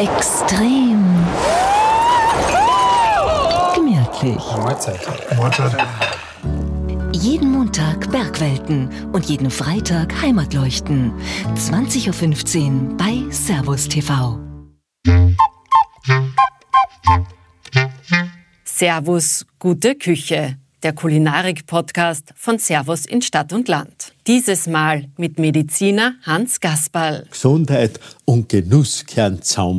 Extrem. Gemütlich. Mahlzeit. Jeden Montag Bergwelten und jeden Freitag Heimatleuchten. 20.15 Uhr bei Servus TV. Servus, gute Küche. Der Kulinarik-Podcast von Servus in Stadt und Land. Dieses Mal mit Mediziner Hans Gasperl. Gesundheit und Genuss gehören zusammen.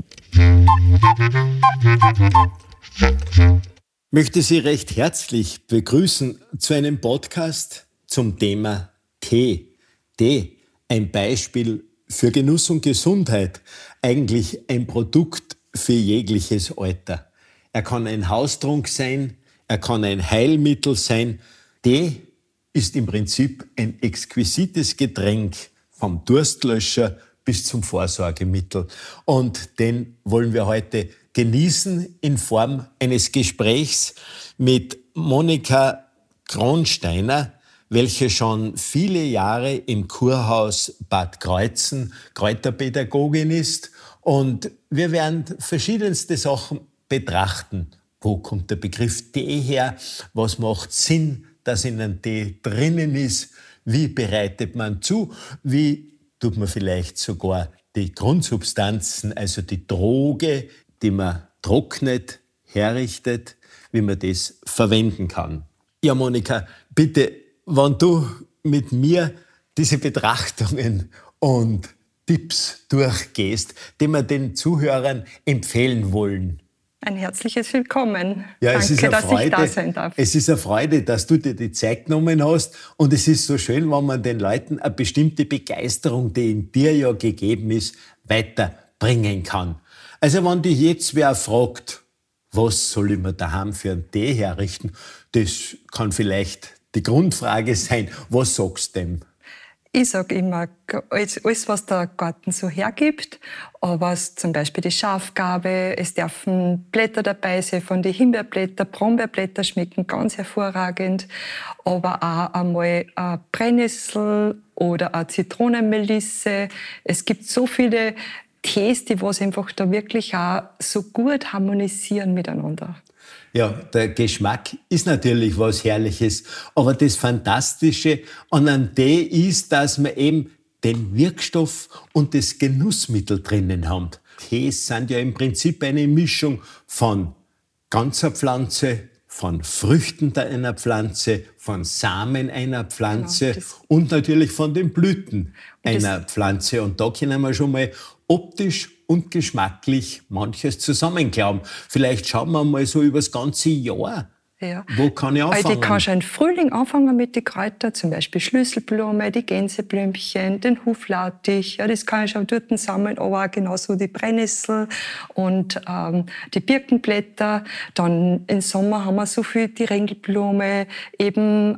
Ich möchte Sie recht herzlich begrüßen zu einem Podcast zum Thema Tee. Tee, ein Beispiel für Genuss und Gesundheit. Eigentlich ein Produkt für jegliches Alter. Er kann ein Haustrunk sein, er kann ein Heilmittel sein. Tee ist im Prinzip ein exquisites Getränk, vom Durstlöscher bis zum Vorsorgemittel. Und den wollen wir heute genießen in Form eines Gesprächs mit Monika Kronsteiner, welche schon viele Jahre im Kurhaus Bad Kreuzen Kräuterpädagogin ist. Und wir werden verschiedenste Sachen betrachten. Wo kommt der Begriff Tee her? Was macht Sinn, dass in einem Tee drinnen ist? Wie bereitet man zu? Wie tut man vielleicht sogar die Grundsubstanzen, also die Droge, die man trocknet, herrichtet, wie man das verwenden kann? Ja, Monika, bitte, wenn du mit mir diese Betrachtungen und Tipps durchgehst, die wir den Zuhörern empfehlen wollen. Ein herzliches Willkommen. Ja, Danke, dass ich da sein darf. Es ist eine Freude, dass du dir die Zeit genommen hast. Und es ist so schön, wenn man den Leuten eine bestimmte Begeisterung, die in dir ja gegeben ist, weiterbringen kann. Also wenn dich jetzt wer fragt, was soll ich mir daheim für einen Tee herrichten, das kann vielleicht die Grundfrage sein. Was sagst du dem? Ich sage immer, alles, was der Garten so hergibt, aber zum Beispiel die Schafgarbe, es dürfen Blätter dabei sein, von den Himbeerblätter, Brombeerblätter schmecken ganz hervorragend, aber auch einmal eine Brennnessel oder eine Zitronenmelisse. Es gibt so viele Tees, die was einfach da wirklich auch so gut harmonisieren miteinander. Ja, der Geschmack ist natürlich was Herrliches, aber das Fantastische an einem Tee ist, dass man eben den Wirkstoff und das Genussmittel drinnen haben. Tees sind ja im Prinzip eine Mischung von ganzer Pflanze, von Früchten einer Pflanze, von Samen einer Pflanze und natürlich von den Blüten einer Pflanze. Und da können wir schon mal optisch und geschmacklich manches zusammenklauben. Vielleicht schauen wir mal so über das ganze Jahr. Ja. Wo kann ich anfangen? Also, ich kann schon im Frühling anfangen mit den Kräutern, zum Beispiel Schlüsselblume, die Gänseblümchen, den Huflattich. Ja, das kann ich schon dort sammeln, aber auch genauso die Brennnessel und die Birkenblätter. Dann im Sommer haben wir so viel die Ringelblume, eben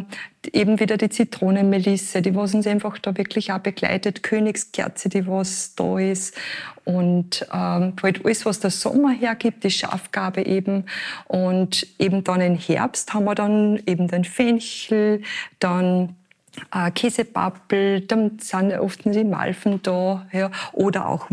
wieder die Zitronenmelisse, die was uns einfach da wirklich auch begleitet, Königskerze, die was da ist. Und halt alles, was der Sommer hergibt, die Schafgarbe eben. Und eben dann im Herbst haben wir dann eben den Fenchel, dann Käsepappel, dann sind oft die Malven da, ja, oder auch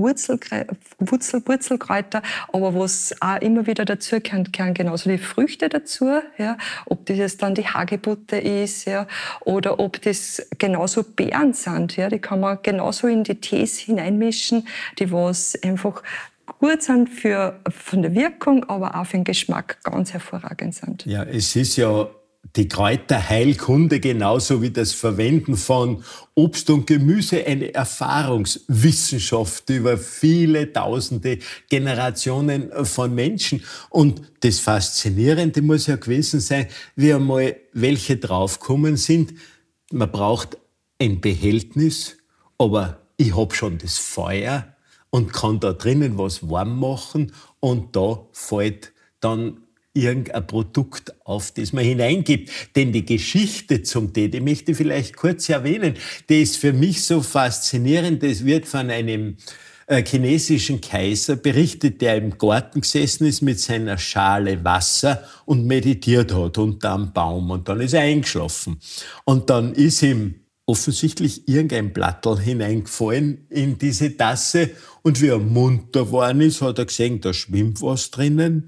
Wurzelkräuter. Aber was auch immer wieder dazu gehören genauso die Früchte dazu, ja, ob das dann die Hagebutte ist, ja, oder ob das genauso Beeren sind, ja, die kann man genauso in die Tees hineinmischen, die was einfach gut sind von der Wirkung, aber auch für den Geschmack ganz hervorragend sind. Ja, es ist ja die Kräuterheilkunde genauso wie das Verwenden von Obst und Gemüse eine Erfahrungswissenschaft über viele tausende Generationen von Menschen. Und das Faszinierende muss ja gewesen sein, wie einmal welche draufgekommen sind. Man braucht ein Behältnis, aber ich habe schon das Feuer und kann da drinnen was warm machen und da fällt dann irgendein Produkt auf, das man hineingibt. Denn die Geschichte zum Tee, die möchte ich vielleicht kurz erwähnen, die ist für mich so faszinierend. Das wird von einem chinesischen Kaiser berichtet, der im Garten gesessen ist mit seiner Schale Wasser und meditiert hat unter einem Baum. Und dann ist er eingeschlafen. Und dann ist ihm offensichtlich irgendein Blatterl hineingefallen in diese Tasse. Und wie er munter geworden ist, hat er gesehen, da schwimmt was drinnen.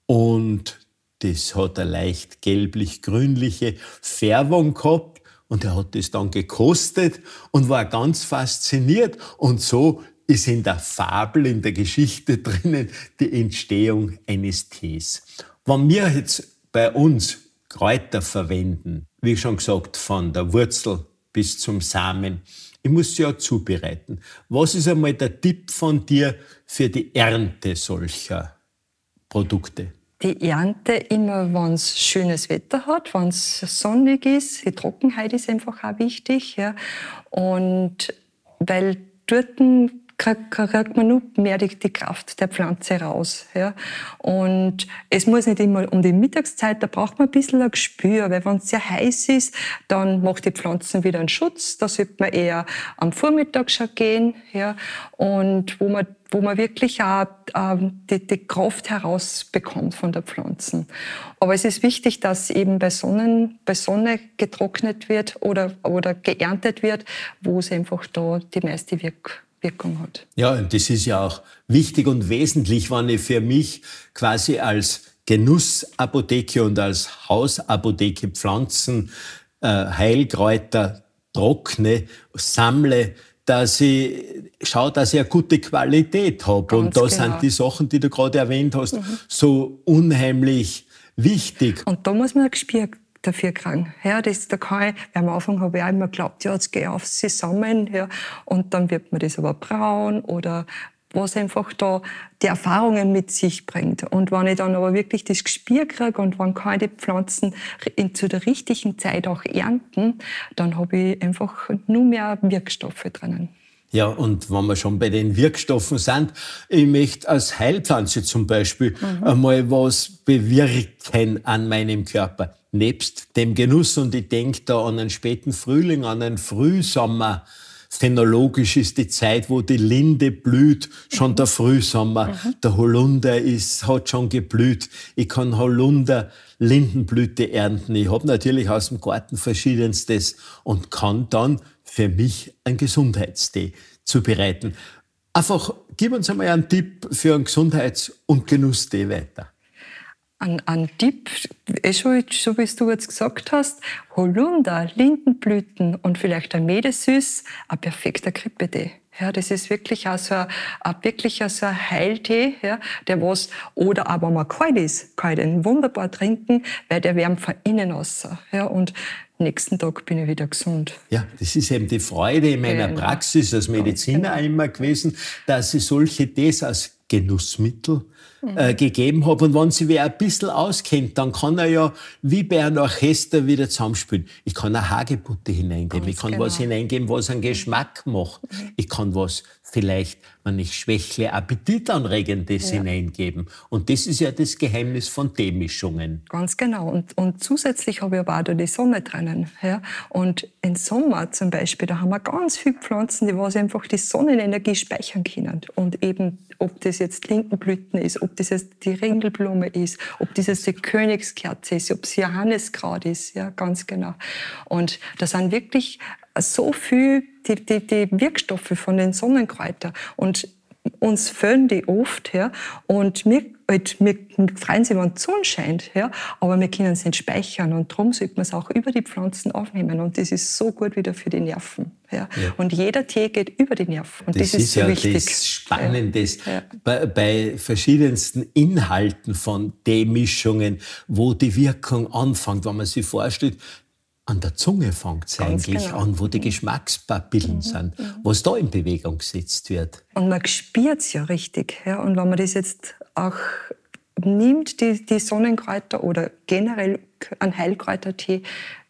Und das hat eine leicht gelblich-grünliche Färbung gehabt. Und er hat das dann gekostet und war ganz fasziniert. Und so ist in der Fabel, in der Geschichte drinnen, die Entstehung eines Tees. Wenn wir jetzt bei uns Kräuter verwenden, wie schon gesagt, von der Wurzel bis zum Samen, ich muss sie ja zubereiten. Was ist einmal der Tipp von dir für die Ernte solcher Produkte? Die Ernte immer, wenn es schönes Wetter hat, wenn es sonnig ist. Die Trockenheit ist einfach auch wichtig. Ja. Und weil dort kriegt man nur mehr die Kraft der Pflanze raus. Ja. Und es muss nicht immer um die Mittagszeit, da braucht man ein bisschen ein Gespür, weil wenn es sehr heiß ist, dann macht die Pflanzen wieder einen Schutz. Da sollte man eher am Vormittag schon gehen. Ja. Und wo man wirklich auch die Kraft herausbekommt von der Pflanzen. Aber es ist wichtig, dass eben bei Sonne getrocknet wird oder geerntet wird, wo es einfach da die meiste Wirkung hat. Ja, und das ist ja auch wichtig und wesentlich, wenn ich für mich quasi als Genussapotheke und als Hausapotheke Pflanzen, Heilkräuter trockne, sammle, dass ich schaue, dass ich eine gute Qualität habe. Und da sind die Sachen, die du gerade erwähnt hast, so unheimlich wichtig. Und da muss man ein Gespür dafür kriegen. Ja, am Anfang habe ich auch immer geglaubt, ja, jetzt gehe ich auf sie zusammen, ja, und dann wird mir das aber braun oder was einfach da die Erfahrungen mit sich bringt. Und wenn ich dann aber wirklich das Gespür kriege und wann kann ich die Pflanzen zu der richtigen Zeit auch ernten, dann habe ich einfach nur mehr Wirkstoffe drinnen. Ja, und wenn wir schon bei den Wirkstoffen sind, ich möchte als Heilpflanze zum Beispiel einmal was bewirken an meinem Körper. Nebst dem Genuss, und ich denke da an einen späten Frühling, an einen Frühsommer. Phänologisch ist die Zeit, wo die Linde blüht, schon der Frühsommer. Der Holunder hat schon geblüht. Ich kann Holunder-Lindenblüte ernten. Ich habe natürlich aus dem Garten verschiedenstes und kann dann für mich einen Gesundheitstee zubereiten. Einfach, gib uns einmal einen Tipp für einen Gesundheits- und Genusstee weiter. Ein Tipp, so wie du jetzt gesagt hast, Holunder, Lindenblüten und vielleicht ein Medesüß, ein perfekter Grippetee. Ja, das ist wirklich auch so ein Heiltee, ja, oder aber wenn man kalt ist, kann ich den wunderbar trinken, weil der wärmt von innen aus. Ja, und nächsten Tag bin ich wieder gesund. Ja, das ist eben die Freude in meiner Praxis als Mediziner auch immer gewesen, dass ich solche Tees als Genussmittel gegeben habe. Und wenn sich wer ein bisschen auskennt, dann kann er ja wie bei einem Orchester wieder zusammenspielen. Ich kann eine Hagebutte hineingeben, ich kann was hineingeben, was einen Geschmack macht. Ich kann was vielleicht, wenn ich schwächle, Appetitanregendes hineingeben. Und das ist ja das Geheimnis von Teemischungen. Ganz genau. Und zusätzlich habe ich aber auch da die Sonne drinnen. Ja? Und im Sommer zum Beispiel, da haben wir ganz viele Pflanzen, die einfach die Sonnenenergie speichern können. Und eben, ob das jetzt Lindenblüten ist, ob das jetzt die Ringelblume ist, ob das jetzt die Königskerze ist, ob es Johanniskraut ist, ja, ganz genau. Und da sind wirklich so viel die Wirkstoffe von den Sonnenkräutern. Und uns fehlen die oft, ja, und wir freuen sich, wenn die Sonne scheint, ja, aber wir können es nicht speichern und darum sollte man es auch über die Pflanzen aufnehmen und das ist so gut wieder für die Nerven. Ja. Ja. Und jeder Tee geht über die Nerven und das ist so wichtig. Das ist Spannendes bei verschiedensten Inhalten von Teemischungen, wo die Wirkung anfängt, wenn man sich vorstellt, an der Zunge fängt es eigentlich an, wo die Geschmackspapillen sind, was da in Bewegung gesetzt wird. Und man spürt es ja richtig. Ja? Und wenn man das jetzt auch nimmt, die Sonnenkräuter oder generell einen Heilkräutertee,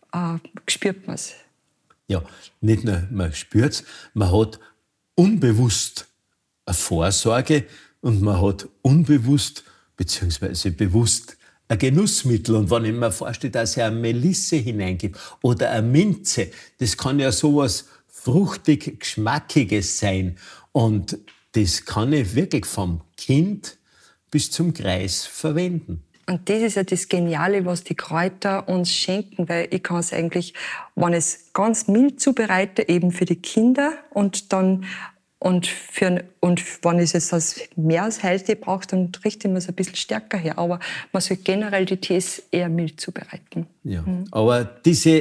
spürt man es. Ja, nicht nur man spürt es, man hat unbewusst eine Vorsorge und man hat unbewusst bzw. bewusst ein Genussmittel. Und wenn ich mir vorstelle, dass ich eine Melisse hineingebe oder eine Minze, das kann ja sowas fruchtig Geschmackiges sein. Und das kann ich wirklich vom Kind bis zum Greis verwenden. Und das ist ja das Geniale, was die Kräuter uns schenken, weil ich kann es eigentlich, wenn ich es ganz mild zubereite, eben für die Kinder und wenn ich es als mehr als Heiltee brauche, dann richte ich mir es ein bisschen stärker her. Aber man soll generell die Tees eher mild zubereiten. Ja. Aber diese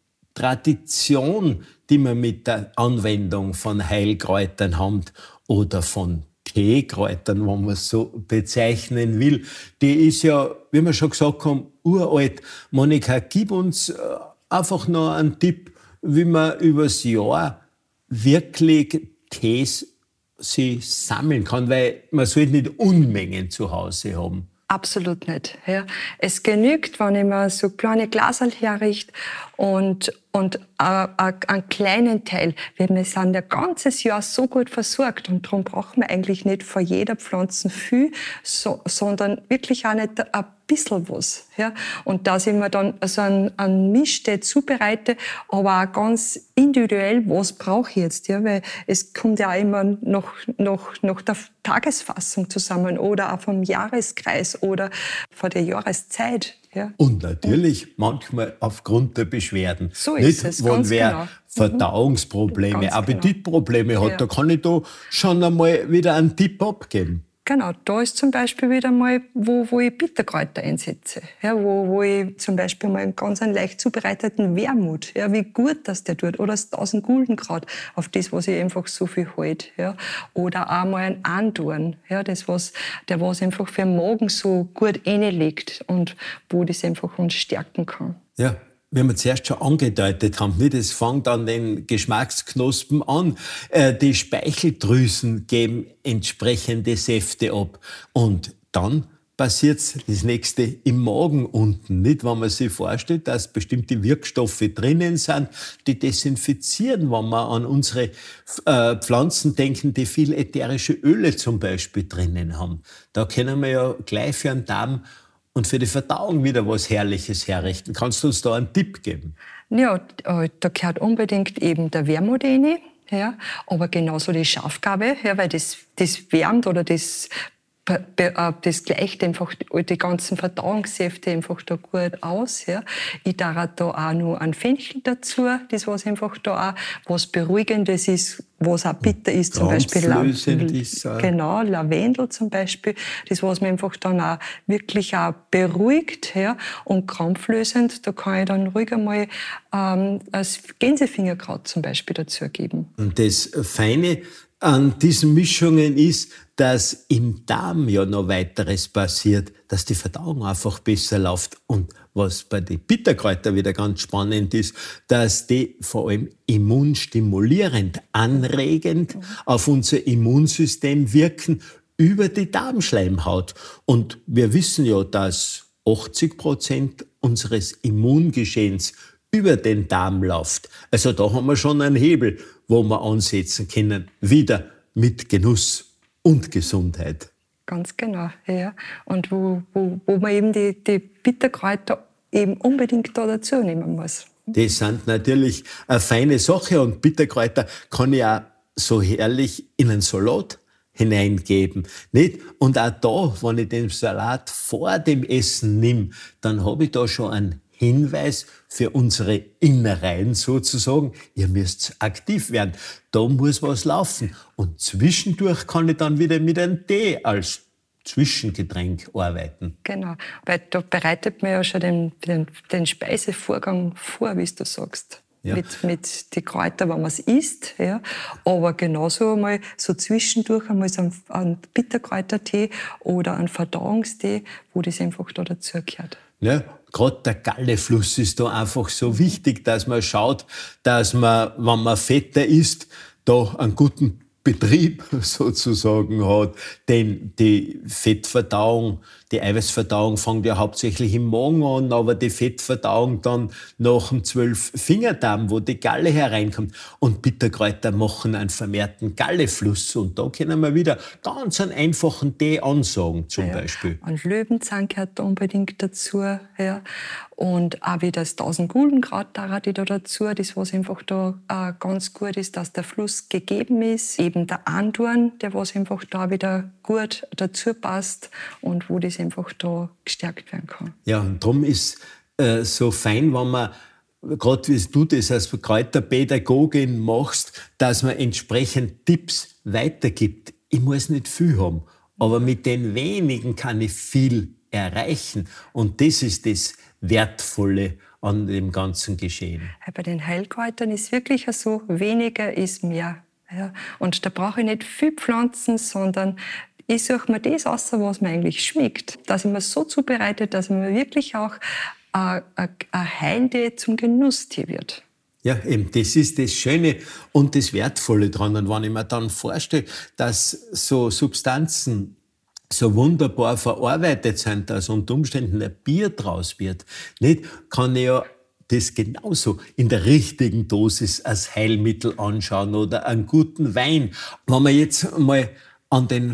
Tradition, die man mit der Anwendung von Heilkräutern hat oder von Teekräutern, wenn man es so bezeichnen will, die ist ja, wie wir schon gesagt haben, uralt. Monika, gib uns einfach noch einen Tipp, wie man übers Jahr wirklich Tees sie sammeln kann, weil man sollte nicht Unmengen zu Hause haben. Absolut nicht. Ja. Es genügt, wenn ich mir so kleine Glaserl herrichte und einen kleinen Teil. Wir sind ja ganzes Jahr so gut versorgt und darum brauchen wir eigentlich nicht von jeder Pflanze viel, sondern wirklich auch nicht ein bisschen was. Ja. Und dass ich mir dann so einen Mischtee zubereite, aber auch ganz individuell, was brauche ich jetzt. Ja. Weil es kommt ja auch immer noch der Tagesfassung zusammen oder auch vom Jahreskreis oder von der Jahreszeit. Ja. Und natürlich manchmal aufgrund der Beschwerden. So ist es, wenn ganz wer genau. Verdauungsprobleme, Ganz Appetitprobleme hat, Ja. da kann ich da schon einmal wieder einen Tipp abgeben. Genau, da ist zum Beispiel wieder mal, wo ich Bitterkräuter einsetze. Ja, wo ich zum Beispiel mal einen ganz leicht zubereiteten Wermut, ja, wie gut das der tut. Oder das 1000 Guldenkraut, auf das, was ich einfach so viel halte. Ja. Oder auch mal ein Andorn, ja, was einfach für den Magen so gut reinlegt und wo das einfach uns stärken kann. Ja, wie wir zuerst schon angedeutet haben, nicht? Es fängt an den Geschmacksknospen an. Die Speicheldrüsen geben entsprechende Säfte ab. Und dann passiert das nächste im Magen unten, nicht? Wenn man sich vorstellt, dass bestimmte Wirkstoffe drinnen sind, die desinfizieren, wenn wir an unsere Pflanzen denken, die viel ätherische Öle zum Beispiel drinnen haben. Da können wir ja gleich für den Darm und für die Verdauung wieder was Herrliches herrichten. Kannst du uns da einen Tipp geben? Ja, da gehört unbedingt eben der Wermut rein, ja, aber genauso die Schafgabe, ja, weil das wärmt oder das gleicht einfach die ganzen Verdauungssäfte einfach da gut aus. Ja. Ich darf da auch noch einen Fenchel dazu, das was einfach da auch was Beruhigendes ist, was auch bitter ist, zum Beispiel genau, Lavendel zum Beispiel, das was mir einfach dann auch wirklich auch beruhigt, ja, und krampflösend, da kann ich dann ruhig einmal das Gänsefingerkraut zum Beispiel dazu geben. Und das Feine an diesen Mischungen ist, dass im Darm ja noch weiteres passiert, dass die Verdauung einfach besser läuft. Und was bei den Bitterkräutern wieder ganz spannend ist, dass die vor allem immunstimulierend, anregend auf unser Immunsystem wirken über die Darmschleimhaut. Und wir wissen ja, dass 80% unseres Immungeschehens über den Darm läuft. Also da haben wir schon einen Hebel, wo wir ansetzen können, wieder mit Genuss und Gesundheit. Ganz genau, ja. Und wo man eben die Bitterkräuter eben unbedingt da dazu nehmen muss. Das sind natürlich eine feine Sache und Bitterkräuter kann ich auch so herrlich in einen Salat hineingeben, nicht? Und auch da, wenn ich den Salat vor dem Essen nehme, dann habe ich da schon einen Hinweis für unsere Innereien sozusagen. Ihr müsst aktiv werden. Da muss was laufen. Und zwischendurch kann ich dann wieder mit einem Tee als Zwischengetränk arbeiten. Genau, weil da bereitet man ja schon den Speisevorgang vor, wie du sagst. Ja. Mit den Kräutern, wenn man es isst. Ja. Aber genauso einmal so zwischendurch einmal so einen Bitterkräutertee oder einen Verdauungstee, wo das einfach da dazu gehört. Ja, gerade der Gallefluss ist da einfach so wichtig, dass man schaut, dass man, wenn man fetter isst, da einen guten Betrieb sozusagen hat. Denn die Fettverdauung, die Eiweißverdauung fängt ja hauptsächlich im Magen an, aber die Fettverdauung dann nach dem 12-Fingerdarm, wo die Galle hereinkommt. Und Bitterkräuter machen einen vermehrten Gallefluss. Und da können wir wieder ganz einen einfachen Tee ansagen, zum Beispiel. Und Löwenzahn gehört da unbedingt dazu. Ja. Und auch wie das 1000 Guldenkraut da dazu, das was einfach da ganz gut ist, dass der Fluss gegeben ist. eben der Andorn, der was einfach da wieder gut dazu passt und wo das einfach da gestärkt werden kann. Ja, und darum ist so fein, wenn man, gerade wie du das als Kräuterpädagogin machst, dass man entsprechend Tipps weitergibt. Ich muss nicht viel haben, aber mit den wenigen kann ich viel erreichen. Und das ist das Wertvolle an dem ganzen Geschehen. Bei den Heilkräutern ist wirklich so, weniger ist mehr. Ja. Und da brauche ich nicht viel Pflanzen, sondern ich suche mir das aus, was mir eigentlich schmeckt. Dass ich mir so zubereitet, dass mir wirklich auch ein Heiltee zum Genusstee wird. Ja, eben, das ist das Schöne und das Wertvolle dran. Und wenn ich mir dann vorstelle, dass so Substanzen so wunderbar verarbeitet sind, dass unter Umständen ein Bier draus wird, nicht, kann ich ja das genauso in der richtigen Dosis als Heilmittel anschauen oder einen guten Wein. Wenn man jetzt mal an die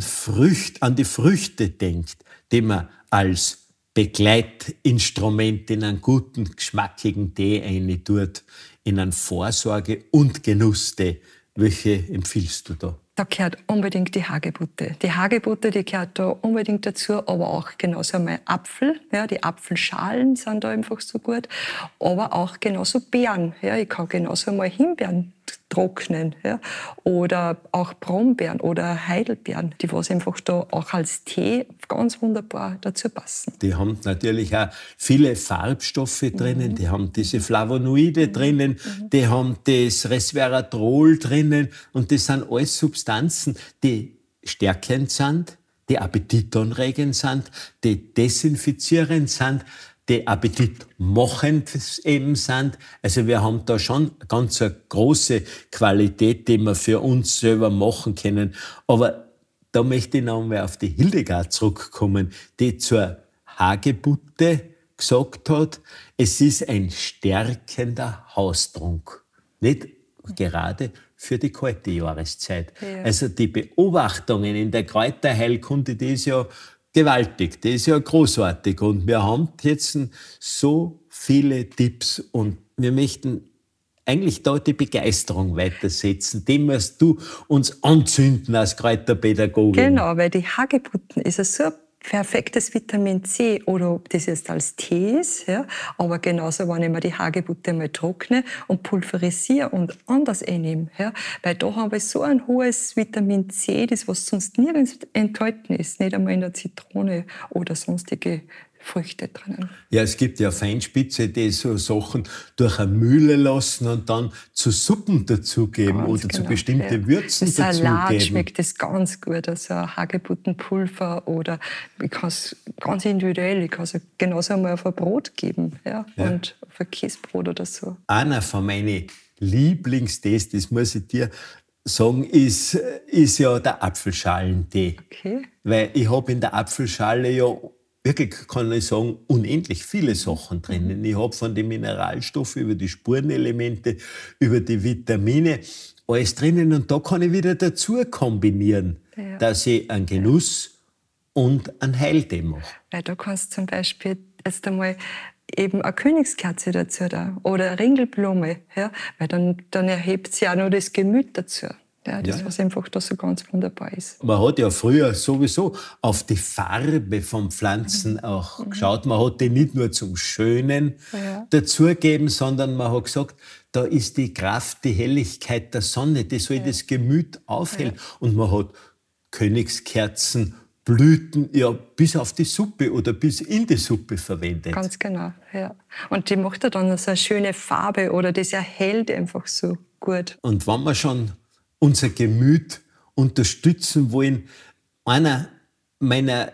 Früchte denkt, die man als Begleitinstrument in einen guten, geschmackigen Tee reintut, in einen Vorsorge- und Genusstee. Welche empfiehlst du da? Da gehört unbedingt die Hagebutte. Die Hagebutte, die gehört da unbedingt dazu, aber auch genauso einmal Apfel. Ja, die Apfelschalen sind da einfach so gut. Aber auch genauso Beeren. Ja, ich kann genauso einmal Himbeeren trocknen. Ja, oder auch Brombeeren oder Heidelbeeren, die was einfach da auch als Tee ganz wunderbar dazu passen. Die haben natürlich auch viele Farbstoffe drinnen, die haben diese Flavonoide drinnen, die haben das Resveratrol drinnen und das sind alles Substanzen, die stärkend sind, die appetitanregend sind, die desinfizierend sind, die appetitmachend eben sind. Also wir haben da schon ganz eine große Qualität, die wir für uns selber machen können. Aber da möchte ich noch einmal auf die Hildegard zurückkommen, die zur Hagebutte gesagt hat, es ist ein stärkender Haustrunk. Nicht gerade für die kalte Jahreszeit. Ja. Also die Beobachtungen in der Kräuterheilkunde, die ist ja gewaltig, das ist ja großartig. Und wir haben jetzt so viele Tipps und wir möchten eigentlich da die Begeisterung weitersetzen. Dem musst du uns anzünden als Kräuterpädagogin. Genau, weil die Hagebutten ist so ein perfektes Vitamin C, oder ob das jetzt als Tee ist, ja, aber genauso, wenn ich mir die Hagebutte mal trockne und pulverisiere und anders einnehme, ja, weil da haben wir so ein hohes Vitamin C, das was sonst nirgends enthalten ist, nicht einmal in der Zitrone oder sonstige Früchte drinnen. Ja, es gibt ja Feinspitze, die so Sachen durch eine Mühle lassen und dann zu Suppen dazugeben oder zu bestimmten Würzen dazugeben. Salat schmeckt das ganz gut, also Hagebuttenpulver, oder ich kann es ganz individuell, ich kann es genauso einmal auf ein Brot geben, ja, und auf ein Käsebrot oder so. Einer von meinen Lieblingstees, das muss ich dir sagen, ist ja der Apfelschalentee. Okay. Weil ich habe in der Apfelschale ja wirklich, kann ich sagen, unendlich viele Sachen drinnen. Ich habe von den Mineralstoffen über die Spurenelemente, über die Vitamine, alles drinnen. Und da kann ich wieder dazu kombinieren, dass ich einen Genuss und einen Heiltee mache. Weil da kannst du zum Beispiel jetzt einmal eben eine Königskerze dazu da oder eine Ringelblume, ja? Weil dann erhebt sie auch noch das Gemüt dazu. Ja, das, was einfach da so ganz wunderbar ist. Man hat ja früher sowieso auf die Farbe von Pflanzen auch geschaut. Man hat die nicht nur zum Schönen dazugegeben, sondern man hat gesagt, da ist die Kraft, die Helligkeit der Sonne, die soll das Gemüt aufhellen. Und man hat Königskerzen, Blüten ja bis auf die Suppe oder bis in die Suppe verwendet. Ganz genau, ja. Und die macht ja dann so eine schöne Farbe oder das erhält einfach so gut. Und wenn man schon unser Gemüt unterstützen wollen, einer meiner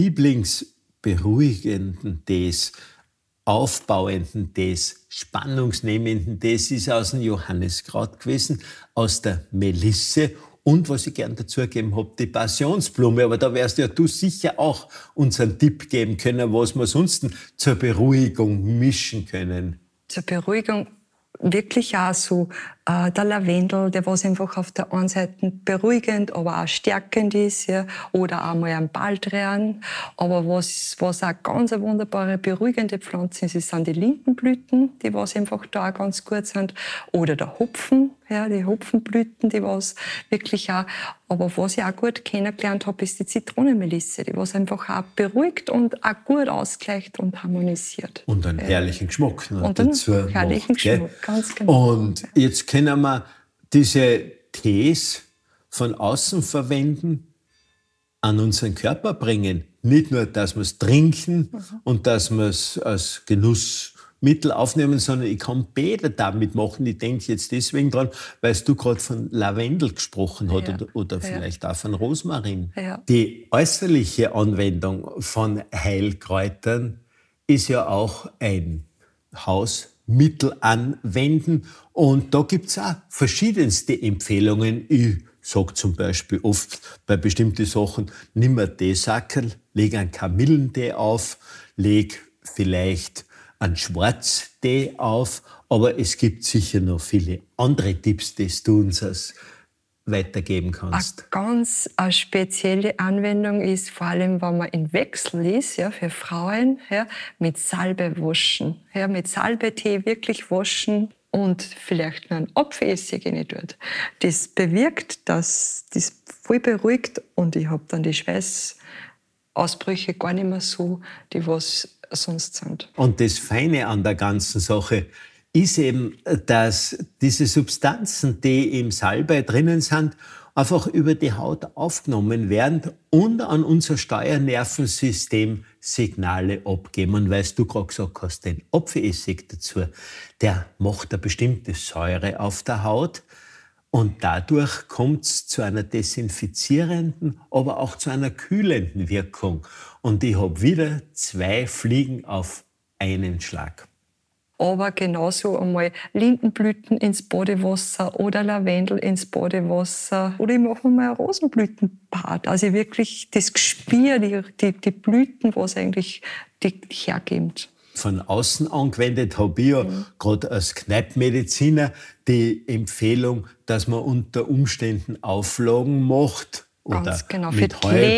lieblingsberuhigenden Tees, aufbauenden Tees, spannungsnehmenden Tees ist aus dem Johanniskraut gewesen, aus der Melisse und, was ich gern dazugegeben habe, die Passionsblume. Aber da wirst ja du sicher auch uns einen Tipp geben können, was wir sonst zur Beruhigung mischen können. Zur Beruhigung wirklich auch so Der Lavendel, der was einfach auf der einen Seite beruhigend, aber auch stärkend ist, ja. Oder auch mal ein Baldrian. Aber was auch ganz eine wunderbare, beruhigende Pflanze ist, sind die Lindenblüten, die was einfach da auch ganz gut sind. Oder der Hopfen, ja, die Hopfenblüten, die was wirklich auch. Aber was ich auch gut kennengelernt habe, ist die Zitronenmelisse, die was einfach auch beruhigt und auch gut ausgleicht und harmonisiert. Und einen herrlichen Geschmack und dazu einen herrlichen Geschmack, ganz genau. Und jetzt können wir diese Tees von außen verwenden, an unseren Körper bringen. Nicht nur, dass wir es trinken und dass wir es als Genussmittel aufnehmen, sondern ich kann Bäder damit machen. Ich denke jetzt deswegen dran, weil du gerade von Lavendel gesprochen hast oder vielleicht auch von Rosmarin. Ja. Die äußerliche Anwendung von Heilkräutern ist ja auch ein Hausmittel anwenden. Und da gibt es auch verschiedenste Empfehlungen. Ich sage zum Beispiel oft bei bestimmten Sachen, nimm ein Teesackerl, leg einen Kamillentee auf, leg vielleicht einen Schwarztee auf. Aber es gibt sicher noch viele andere Tipps, die du uns weitergeben kannst. Eine ganz spezielle Anwendung ist, vor allem wenn man in Wechsel ist, ja, für Frauen, ja, mit Salbe waschen. Ja, mit Salbetee wirklich waschen und vielleicht noch einen Apfelessig rein tut. Das bewirkt, dass das voll beruhigt und ich habe dann die Schweißausbrüche gar nicht mehr so, die was sonst sind. Und das Feine an der ganzen Sache ist eben, dass diese Substanzen, die im Salbei drinnen sind, einfach über die Haut aufgenommen werden und an unser Steuernervensystem Signale abgeben. Und weil du gerade gesagt hast, den Apfelessig dazu, der macht eine bestimmte Säure auf der Haut und dadurch kommt es zu einer desinfizierenden, aber auch zu einer kühlenden Wirkung. Und ich habe wieder 2 Fliegen auf einen Schlag. Aber genauso einmal Lindenblüten ins Badewasser oder Lavendel ins Badewasser. Oder ich mache mal ein Rosenblütenbad. Also wirklich das Gespür, die Blüten, was eigentlich die hergeben. Von außen angewendet habe ich ja gerade als Kneippmediziner die Empfehlung, dass man unter Umständen Auflagen macht. Oder genau, mit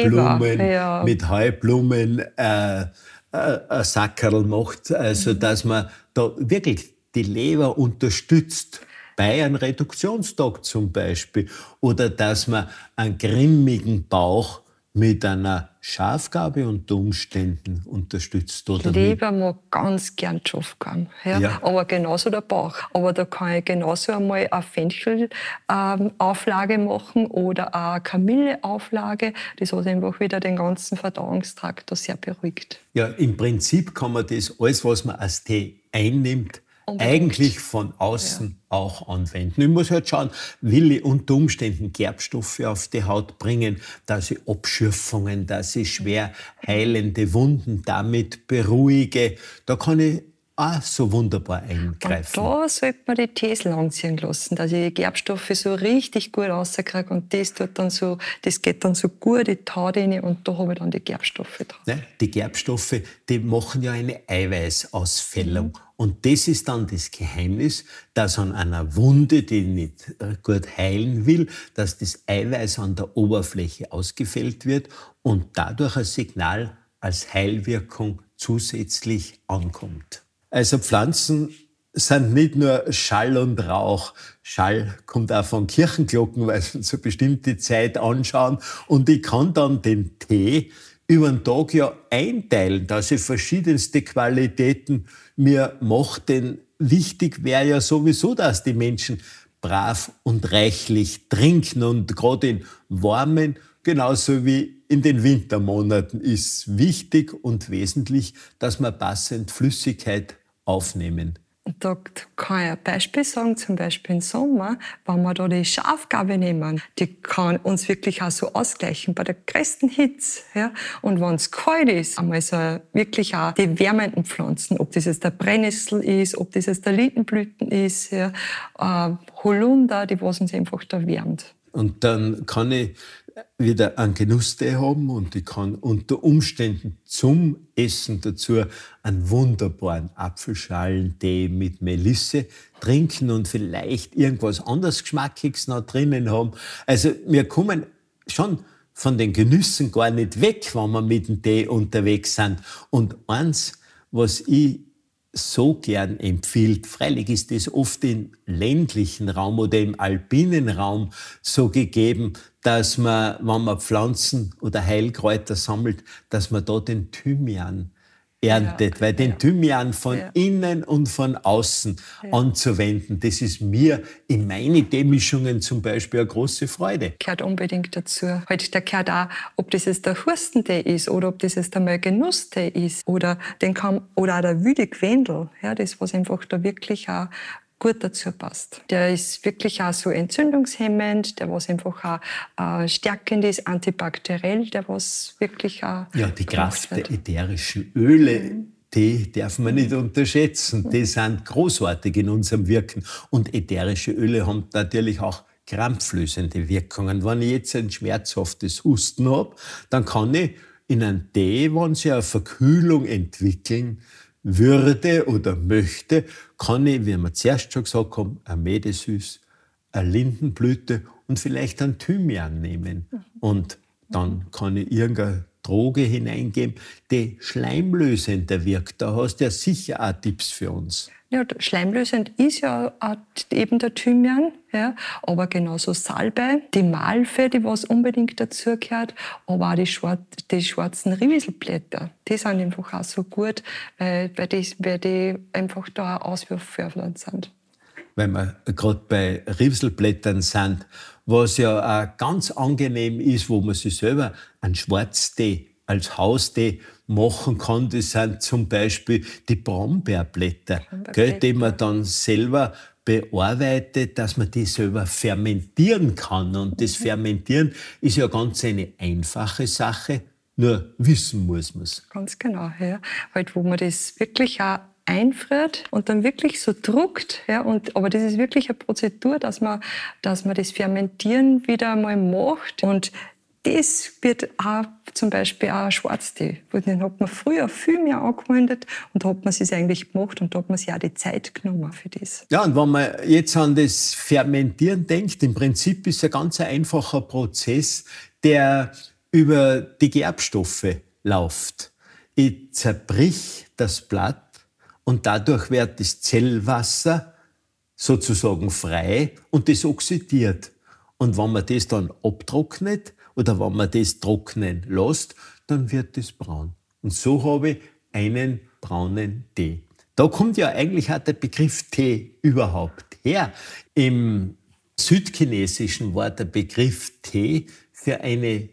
Heublumen ein Sackerl macht, also dass man da wirklich die Leber unterstützt, bei einem Reduktionstag zum Beispiel, oder dass man einen grimmigen Bauch mit einer Schafgabe unter Umständen unterstützt. Oder die Leber mag ganz gern Schafgaben, ja. Aber genauso der Bauch. Aber da kann ich genauso einmal eine Fenchel-Auflage machen oder eine Kamille-Auflage. Das hat einfach wieder den ganzen Verdauungstrakt da sehr beruhigt. Ja, im Prinzip kann man das alles, was man als Tee einnimmt, eigentlich von außen auch anwenden. Ich muss halt schauen, will ich unter Umständen Gerbstoffe auf die Haut bringen, dass ich Abschürfungen, dass ich schwer heilende Wunden damit beruhige. Da kann ich auch so wunderbar eingreifen. Und da sollte man die Tees langziehen lassen, dass ich die Gerbstoffe so richtig gut rauskriege und das geht dann so gut in die Haut rein und da habe ich dann die Gerbstoffe drauf. Ne? Die Gerbstoffe, die machen ja eine Eiweißausfällung. Und das ist dann das Geheimnis, dass an einer Wunde, die nicht gut heilen will, dass das Eiweiß an der Oberfläche ausgefällt wird und dadurch ein Signal als Heilwirkung zusätzlich ankommt. Also Pflanzen sind nicht nur Schall und Rauch. Schall kommt auch von Kirchenglocken, weil sie uns eine bestimmte Zeit anschauen. Und ich kann dann den Tee über den Tag ja einteilen, dass ich verschiedenste Qualitäten mir mache. Denn wichtig wäre ja sowieso, dass die Menschen brav und reichlich trinken. Und gerade in warmen, genauso wie in den Wintermonaten, ist wichtig und wesentlich, dass wir passend Flüssigkeit aufnehmen. Und da kann ich ein Beispiel sagen, zum Beispiel im Sommer, wenn wir da die Schafgabe nehmen, die kann uns wirklich auch so ausgleichen bei der größten Hitze. Ja? Und wenn es kalt ist, einmal so wirklich auch die wärmenden Pflanzen, ob das jetzt der Brennnessel ist, ob das jetzt der Lindenblüten ist, ja? Holunder, die was uns einfach da wärmt. Und dann kann ich wieder einen Genusstee haben und ich kann unter Umständen zum Essen dazu einen wunderbaren Apfelschalentee mit Melisse trinken und vielleicht irgendwas anderes Geschmackiges noch drinnen haben. Also wir kommen schon von den Genüssen gar nicht weg, wenn wir mit dem Tee unterwegs sind. Und eins, was ich so gern empfiehlt, freilich ist das oft im ländlichen Raum oder im alpinen Raum so gegeben, dass man, wenn man Pflanzen oder Heilkräuter sammelt, dass man da den Thymian erntet, weil den Thymian von innen und von außen anzuwenden, das ist mir in meine Teemischungen zum Beispiel eine große Freude. Gehört unbedingt dazu. Halt, da gehört auch, ob das jetzt der Hurstentee ist oder ob das jetzt einmal Genusstee ist oder auch der wilde Gwendel, ja, das was einfach da wirklich auch gut dazu passt. Der ist wirklich auch so entzündungshemmend, der was einfach auch stärkend ist, antibakteriell, der was wirklich auch... Ja, die Kraft der ätherischen Öle, die darf man nicht unterschätzen. Die sind großartig in unserem Wirken. Und ätherische Öle haben natürlich auch krampflösende Wirkungen. Wenn ich jetzt ein schmerzhaftes Husten habe, dann kann ich in einem Tee, wenn sich eine Verkühlung entwickeln würde oder möchte, kann ich, wie wir zuerst schon gesagt haben, eine Medesüß, eine Lindenblüte und vielleicht einen Thymian nehmen. Und dann kann ich irgendeine Droge hineingeben, die schleimlösender wirkt. Da hast du ja sicher auch Tipps für uns. Ja, schleimlösend ist ja auch eben der Thymian, ja, aber genauso Salbei, die Malve, die was unbedingt dazugehört, aber auch die schwarzen Rieselblätter, die sind einfach auch so gut, weil die einfach da auswurffördernd sind. Weil wir gerade bei Rieselblättern sind, was ja auch ganz angenehm ist, wo man sich selber einen Schwarztee als Haustee machen kann, das sind zum Beispiel die Brombeerblätter, die man dann selber bearbeitet, dass man die selber fermentieren kann. Und das Fermentieren ist ja ganz eine einfache Sache, nur wissen muss man es. Ganz genau, ja. Halt, wo man das wirklich auch einfriert und dann wirklich so druckt. Ja, aber das ist wirklich eine Prozedur, dass man das Fermentieren wieder einmal macht. Und das wird auch zum Beispiel auch Schwarztee. Den hat man früher viel mehr angewendet und da hat man es eigentlich gemacht und da hat man sich auch die Zeit genommen für das. Ja, und wenn man jetzt an das Fermentieren denkt, im Prinzip ist es ein ganz einfacher Prozess, der über die Gerbstoffe läuft. Ich zerbrich das Blatt und dadurch wird das Zellwasser sozusagen frei und das oxidiert. Und wenn man das dann abtrocknet oder wenn man das trocknen lässt, dann wird das braun. Und so habe ich einen braunen Tee. Da kommt ja eigentlich auch der Begriff Tee überhaupt her. Im Südchinesischen war der Begriff Tee für ein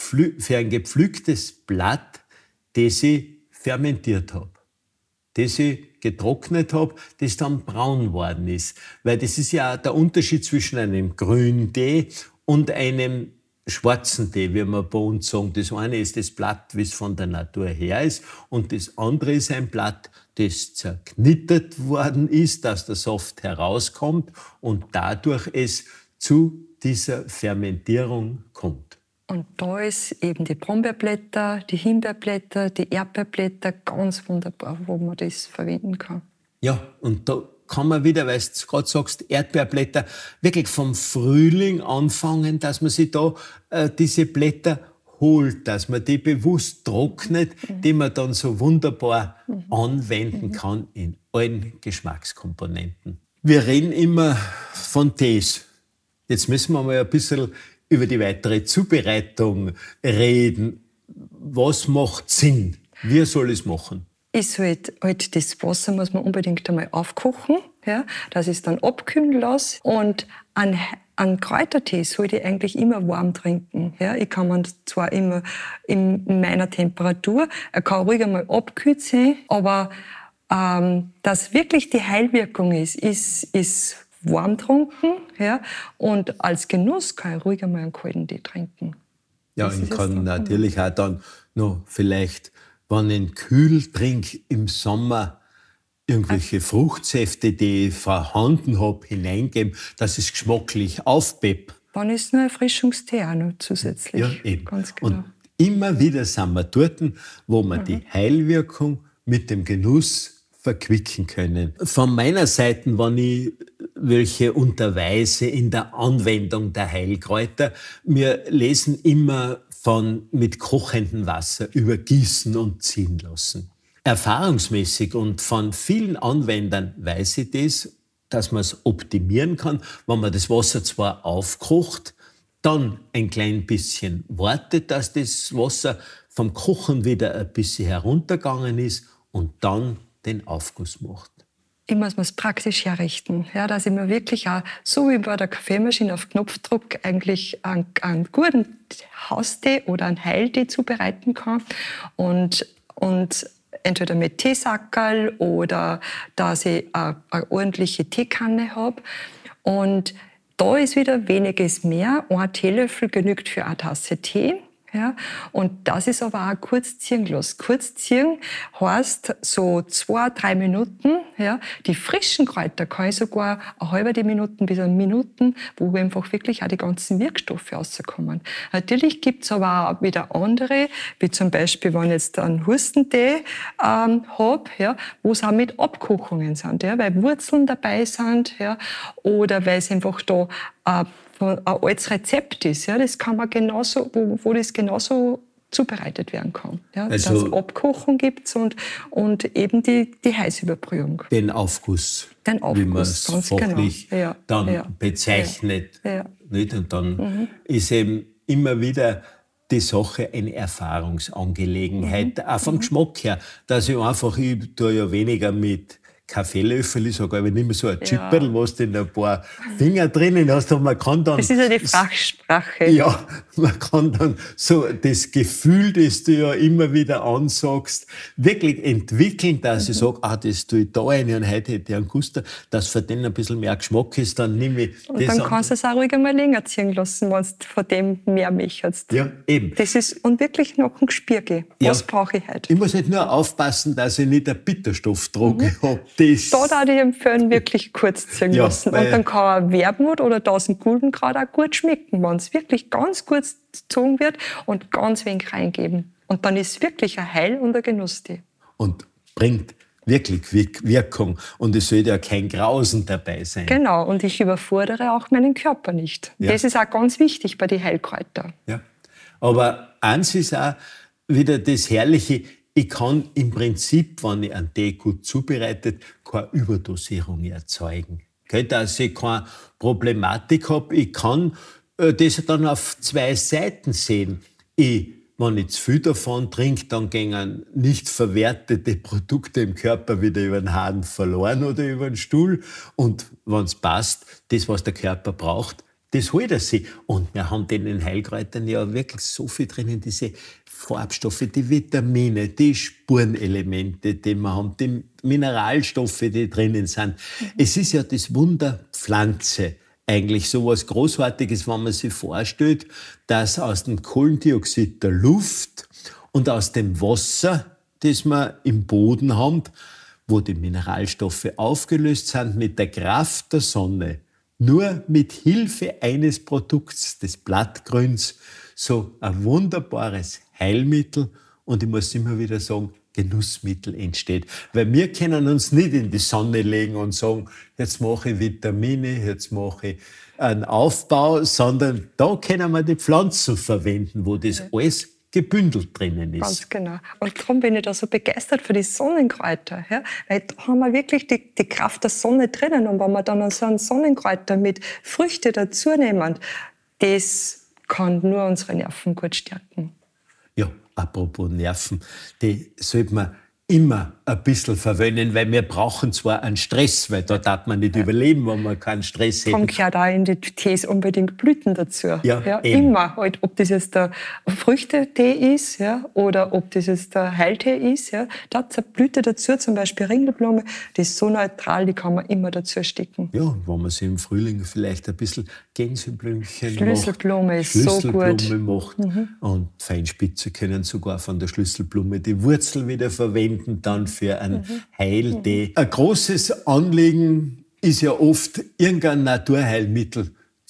gepflücktes Blatt, das ich fermentiert habe, das ich getrocknet habe, das dann braun geworden ist. Weil das ist ja der Unterschied zwischen einem grünen Tee und einem schwarzen Tee, wie wir bei uns sagen. Das eine ist das Blatt, wie es von der Natur her ist, und das andere ist ein Blatt, das zerknittert worden ist, dass der Saft herauskommt und dadurch es zu dieser Fermentierung kommt. Und da ist eben die Brombeerblätter, die Himbeerblätter, die Erdbeerblätter ganz wunderbar, wo man das verwenden kann. Ja, und da kann man wieder, weil du gerade sagst, Erdbeerblätter, wirklich vom Frühling anfangen, dass man sich da diese Blätter holt, dass man die bewusst trocknet, die man dann so wunderbar anwenden kann in allen Geschmackskomponenten. Wir reden immer von Tees. Jetzt müssen wir mal ein bisschen über die weitere Zubereitung reden. Was macht Sinn? Wie soll ich es machen? Ist halt das Wasser muss man unbedingt einmal aufkochen, ja, dass ich es dann abkühlen lasse. Und einen Kräutertee sollte ich eigentlich immer warm trinken. Ja. Ich kann man zwar immer in meiner Temperatur, er kann ruhig einmal abgekühlt sein, aber dass wirklich die Heilwirkung ist warm trunken, ja, und als Genuss kann ich ruhig einmal einen kalten Tee trinken. Ja, ich kann natürlich auch dann noch vielleicht, wenn ich einen Kühltrink im Sommer irgendwelche Fruchtsäfte, die ich vorhanden habe, hineingeben, dass es geschmacklich aufpeppt. Dann ist nur Erfrischungstee auch noch zusätzlich. Ja, eben. Ganz genau. Und immer wieder sind wir dort, wo wir die Heilwirkung mit dem Genuss verquicken können. Von meiner Seite, wenn ich welche unterweise in der Anwendung der Heilkräuter, wir lesen immer von mit kochendem Wasser übergießen und ziehen lassen. Erfahrungsmäßig und von vielen Anwendern weiß ich das, dass man es optimieren kann, wenn man das Wasser zwar aufkocht, dann ein klein bisschen wartet, dass das Wasser vom Kochen wieder ein bisschen heruntergegangen ist und dann den Aufguss macht. Ich muss mir es praktisch herrichten, ja, dass ich mir wirklich auch, so wie bei der Kaffeemaschine auf Knopfdruck, eigentlich einen guten Haustee oder einen Heiltee zubereiten kann und entweder mit Teesackerl oder dass ich eine ordentliche Teekanne habe. Und da ist wieder weniges mehr. Ein Teelöffel genügt für eine Tasse Tee. Ja, und das ist aber auch kurz ziehen lassen. Kurz ziehen heißt so 2-3 Minuten. Ja. Die frischen Kräuter kann ich sogar eine halbe Minute bis eine Minute, wo einfach wirklich auch die ganzen Wirkstoffe rauskommen. Natürlich gibt es aber auch wieder andere, wie zum Beispiel, wenn ich jetzt einen Hustentee habe, ja, wo es auch mit Abkochungen sind, ja, weil Wurzeln dabei sind, ja, oder weil es einfach da ein altes Rezept ist, ja, das kann man genauso, wo das genauso zubereitet werden kann. Ja, also, dass es Abkochen gibt und eben die Heißüberbrühung. Den Aufguss, wie man es fachlich dann bezeichnet. Ja. Nicht? Und dann ist eben immer wieder die Sache eine Erfahrungsangelegenheit, auch vom Geschmack her, dass ich tue ja weniger mit Kaffeelöffel, ich sage aber nicht mehr so ein Chipperl, wo du in ein paar Finger drinnen hast. Und man kann dann, das ist ja die Fachsprache. Ja, man kann dann so das Gefühl, das du ja immer wieder ansagst, wirklich entwickeln, dass ich sage, das tue ich da rein und heute hätte ich einen Guster, dass für den ein bisschen mehr Geschmack ist, dann nehme ich und das. Und dann kannst du es auch ruhig einmal länger ziehen lassen, wenn du von dem mehr möchtest. Ja, eben. Das ist und wirklich noch ein Gespür geben. Was brauche ich heute? Ich muss halt nur aufpassen, dass ich nicht eine Bitterstoffdroge habe. Da darf ich empfehlen, wirklich kurz ziehen lassen. Und dann kann ein Wermut oder 1000 Guldenkraut auch gut schmecken, wenn es wirklich ganz kurz gezogen wird und ganz wenig reingeben. Und dann ist es wirklich ein Heil- und ein Genusstee. Und bringt wirklich Wirkung. Und es soll ja kein Grausen dabei sein. Genau, und ich überfordere auch meinen Körper nicht. Ja. Das ist auch ganz wichtig bei den Heilkräutern. Ja. Aber eins ist auch wieder das Herrliche, ich kann im Prinzip, wenn ich einen Tee gut zubereitet, keine Überdosierung erzeugen. Dass ich keine Problematik habe. Ich kann das dann auf 2 Seiten sehen. Wenn ich zu viel davon trinke, dann gehen nicht verwertete Produkte im Körper wieder über den Hahn verloren oder über den Stuhl. Und wenn es passt, das, was der Körper braucht, das holt er sich. Und wir haben in den Heilkräutern ja wirklich so viel drinnen, diese Farbstoffe, die Vitamine, die Spurenelemente, die wir haben, die Mineralstoffe, die drinnen sind. Es ist ja das Wunder Pflanze. Eigentlich so was Großartiges, wenn man sich vorstellt, dass aus dem Kohlendioxid der Luft und aus dem Wasser, das wir im Boden haben, wo die Mineralstoffe aufgelöst sind, mit der Kraft der Sonne, nur mit Hilfe eines Produkts, des Blattgrüns, so ein wunderbares Heilmittel und ich muss immer wieder sagen, Genussmittel entsteht. Weil wir können uns nicht in die Sonne legen und sagen, jetzt mache ich Vitamine, jetzt mache ich einen Aufbau, sondern da können wir die Pflanzen verwenden, wo das alles gebündelt drinnen ist. Ganz genau. Und darum bin ich da so begeistert für die Sonnenkräuter. Ja? Weil da haben wir wirklich die Kraft der Sonne drinnen. Und wenn wir dann so einen Sonnenkräuter mit Früchten dazu nehmen, das kann nur unsere Nerven gut stärken. Ja, apropos Nerven, die sollte man immer ein bisschen verwöhnen, weil wir brauchen zwar einen Stress, weil da darf man nicht überleben, wenn man keinen Stress hat. Darum gehört auch in die Tees unbedingt Blüten dazu. Ja, immer. Halt, ob das jetzt der Früchtetee ist, ja, oder ob das jetzt der Heiltee ist. Ja. Da hat es eine Blüte dazu, zum Beispiel Ringelblume, die ist so neutral, die kann man immer dazu stecken. Ja, wenn man sich im Frühling vielleicht ein bisschen Gänseblümchen Schlüsselblume macht, ist so gut. macht. Und Feinspitze können sogar von der Schlüsselblume die Wurzel wieder verwenden, dann für einen Heiltee. Ein großes Anliegen ist ja oft, irgendein Naturheilmittel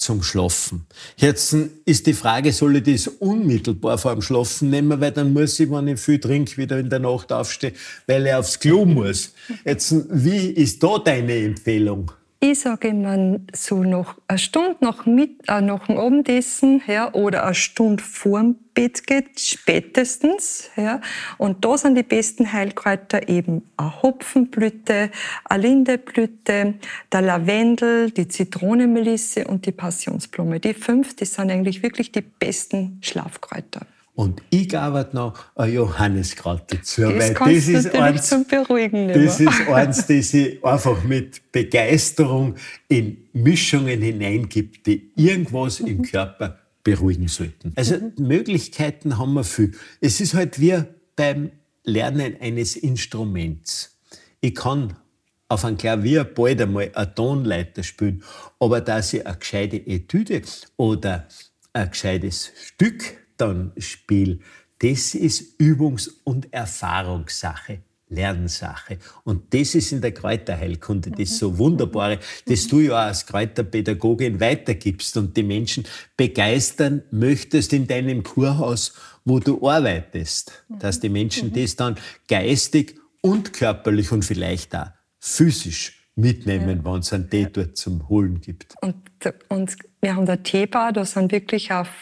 zum Schlafen. Jetzt ist die Frage, soll ich das unmittelbar vor dem Schlafen nehmen, weil dann muss ich, wenn ich viel trinke, wieder in der Nacht aufstehen, weil ich aufs Klo muss. Jetzt, wie ist da deine Empfehlung? Ich sage immer, so noch eine Stunde nach dem Abendessen, ja, oder eine Stunde vorm Bett geht, spätestens. Ja. Und da sind die besten Heilkräuter eben eine Hopfenblüte, eine Lindeblüte, der Lavendel, die Zitronenmelisse und die Passionsblume. Die 5, das sind eigentlich wirklich die besten Schlafkräuter. Und ich gebe noch ein Johanniskraut dazu, Das weil kannst das du ist natürlich eins, zum Beruhigen nehmen. das ist eins, das ich einfach mit Begeisterung in Mischungen hineingibt, die irgendwas im Körper beruhigen sollten. Also Möglichkeiten haben wir viel. Es ist halt wie beim Lernen eines Instruments. Ich kann auf einem Klavier bald einmal eine Tonleiter spielen, aber dass ich eine gescheite Etüde oder ein gescheites Stück dann spiele, das ist Übungs- und Erfahrungssache, Lernsache. Und das ist in der Kräuterheilkunde das so Wunderbare, dass du ja als Kräuterpädagogin weitergibst und die Menschen begeistern möchtest in deinem Kurhaus, wo du arbeitest. Dass die Menschen das dann geistig und körperlich und vielleicht auch physisch mitnehmen, wenn es einen Tee dort zum Holen gibt. Und wir haben der Teebar, da sind wirklich auch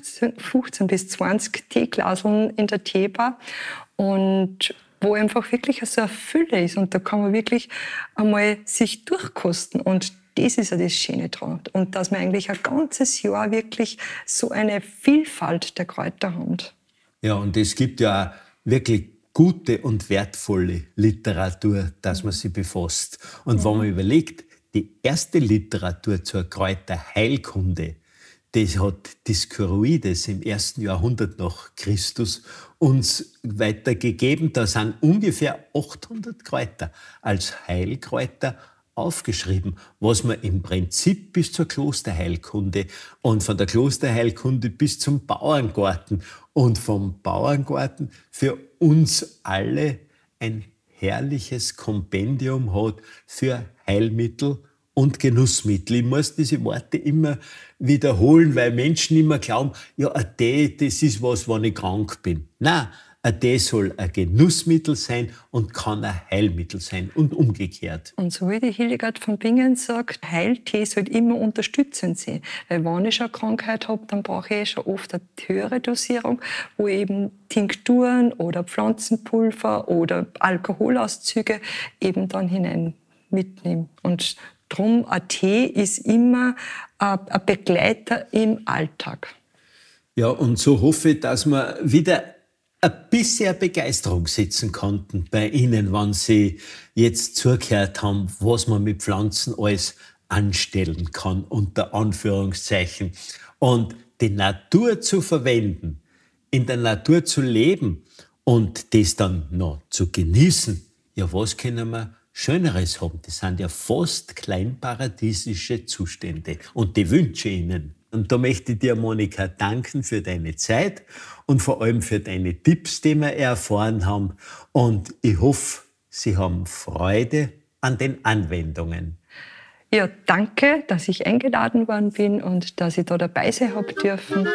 15 bis 20 Teeglaseln in der Teebar. Und wo einfach wirklich so eine Fülle ist. Und da kann man wirklich einmal sich durchkosten. Und das ist ja das Schöne dran. Und dass wir eigentlich ein ganzes Jahr wirklich so eine Vielfalt der Kräuter haben. Ja, und es gibt ja auch wirklich gute und wertvolle Literatur, dass man sich befasst. Und wenn man überlegt, die erste Literatur zur Kräuterheilkunde, das hat Dioscorides im 1. Jahrhundert nach Christus uns weitergegeben. Da sind ungefähr 800 Kräuter als Heilkräuter aufgeschrieben, was man im Prinzip bis zur Klosterheilkunde und von der Klosterheilkunde bis zum Bauerngarten und vom Bauerngarten für uns alle ein herrliches Kompendium hat für Heilmittel und Genussmittel. Ich muss diese Worte immer wiederholen, weil Menschen immer glauben, ja, ein Tee, das ist was, wenn ich krank bin. Nein, ein Tee soll ein Genussmittel sein und kann ein Heilmittel sein und umgekehrt. Und so wie die Hildegard von Bingen sagt, Heiltee sollte immer unterstützend sein. Weil wenn ich eine Krankheit habe, dann brauche ich schon oft eine höhere Dosierung, wo ich eben Tinkturen oder Pflanzenpulver oder Alkoholauszüge eben dann hinein mitnehme. Und darum, ein Tee ist immer ein Begleiter im Alltag. Ja, und so hoffe ich, dass wir wieder ein bisschen Begeisterung setzen konnten bei Ihnen, wenn Sie jetzt zugehört haben, was man mit Pflanzen alles anstellen kann, unter Anführungszeichen. Und die Natur zu verwenden, in der Natur zu leben und das dann noch zu genießen, ja, was können wir Schöneres haben? Das sind ja fast kleinparadiesische Zustände. Und die wünsche ich Ihnen. Und da möchte ich dir, Monika, danken für deine Zeit und vor allem für deine Tipps, die wir erfahren haben. Und ich hoffe, Sie haben Freude an den Anwendungen. Ja, danke, dass ich eingeladen worden bin und dass ich da dabei sein habe dürfen.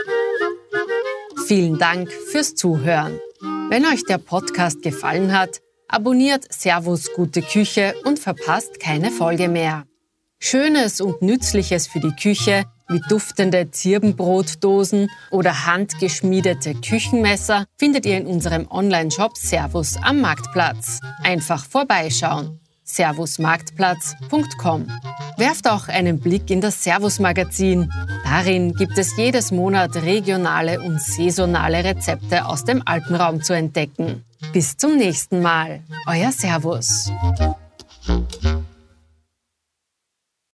Vielen Dank fürs Zuhören. Wenn euch der Podcast gefallen hat, abonniert Servus Gute Küche und verpasst keine Folge mehr. Schönes und Nützliches für die Küche wie duftende Zirbenbrotdosen oder handgeschmiedete Küchenmesser findet ihr in unserem Online-Shop Servus am Marktplatz. Einfach vorbeischauen. servusmarktplatz.com. Werft auch einen Blick in das Servus-Magazin. Darin gibt es jedes Monat regionale und saisonale Rezepte aus dem Alpenraum zu entdecken. Bis zum nächsten Mal. Euer Servus.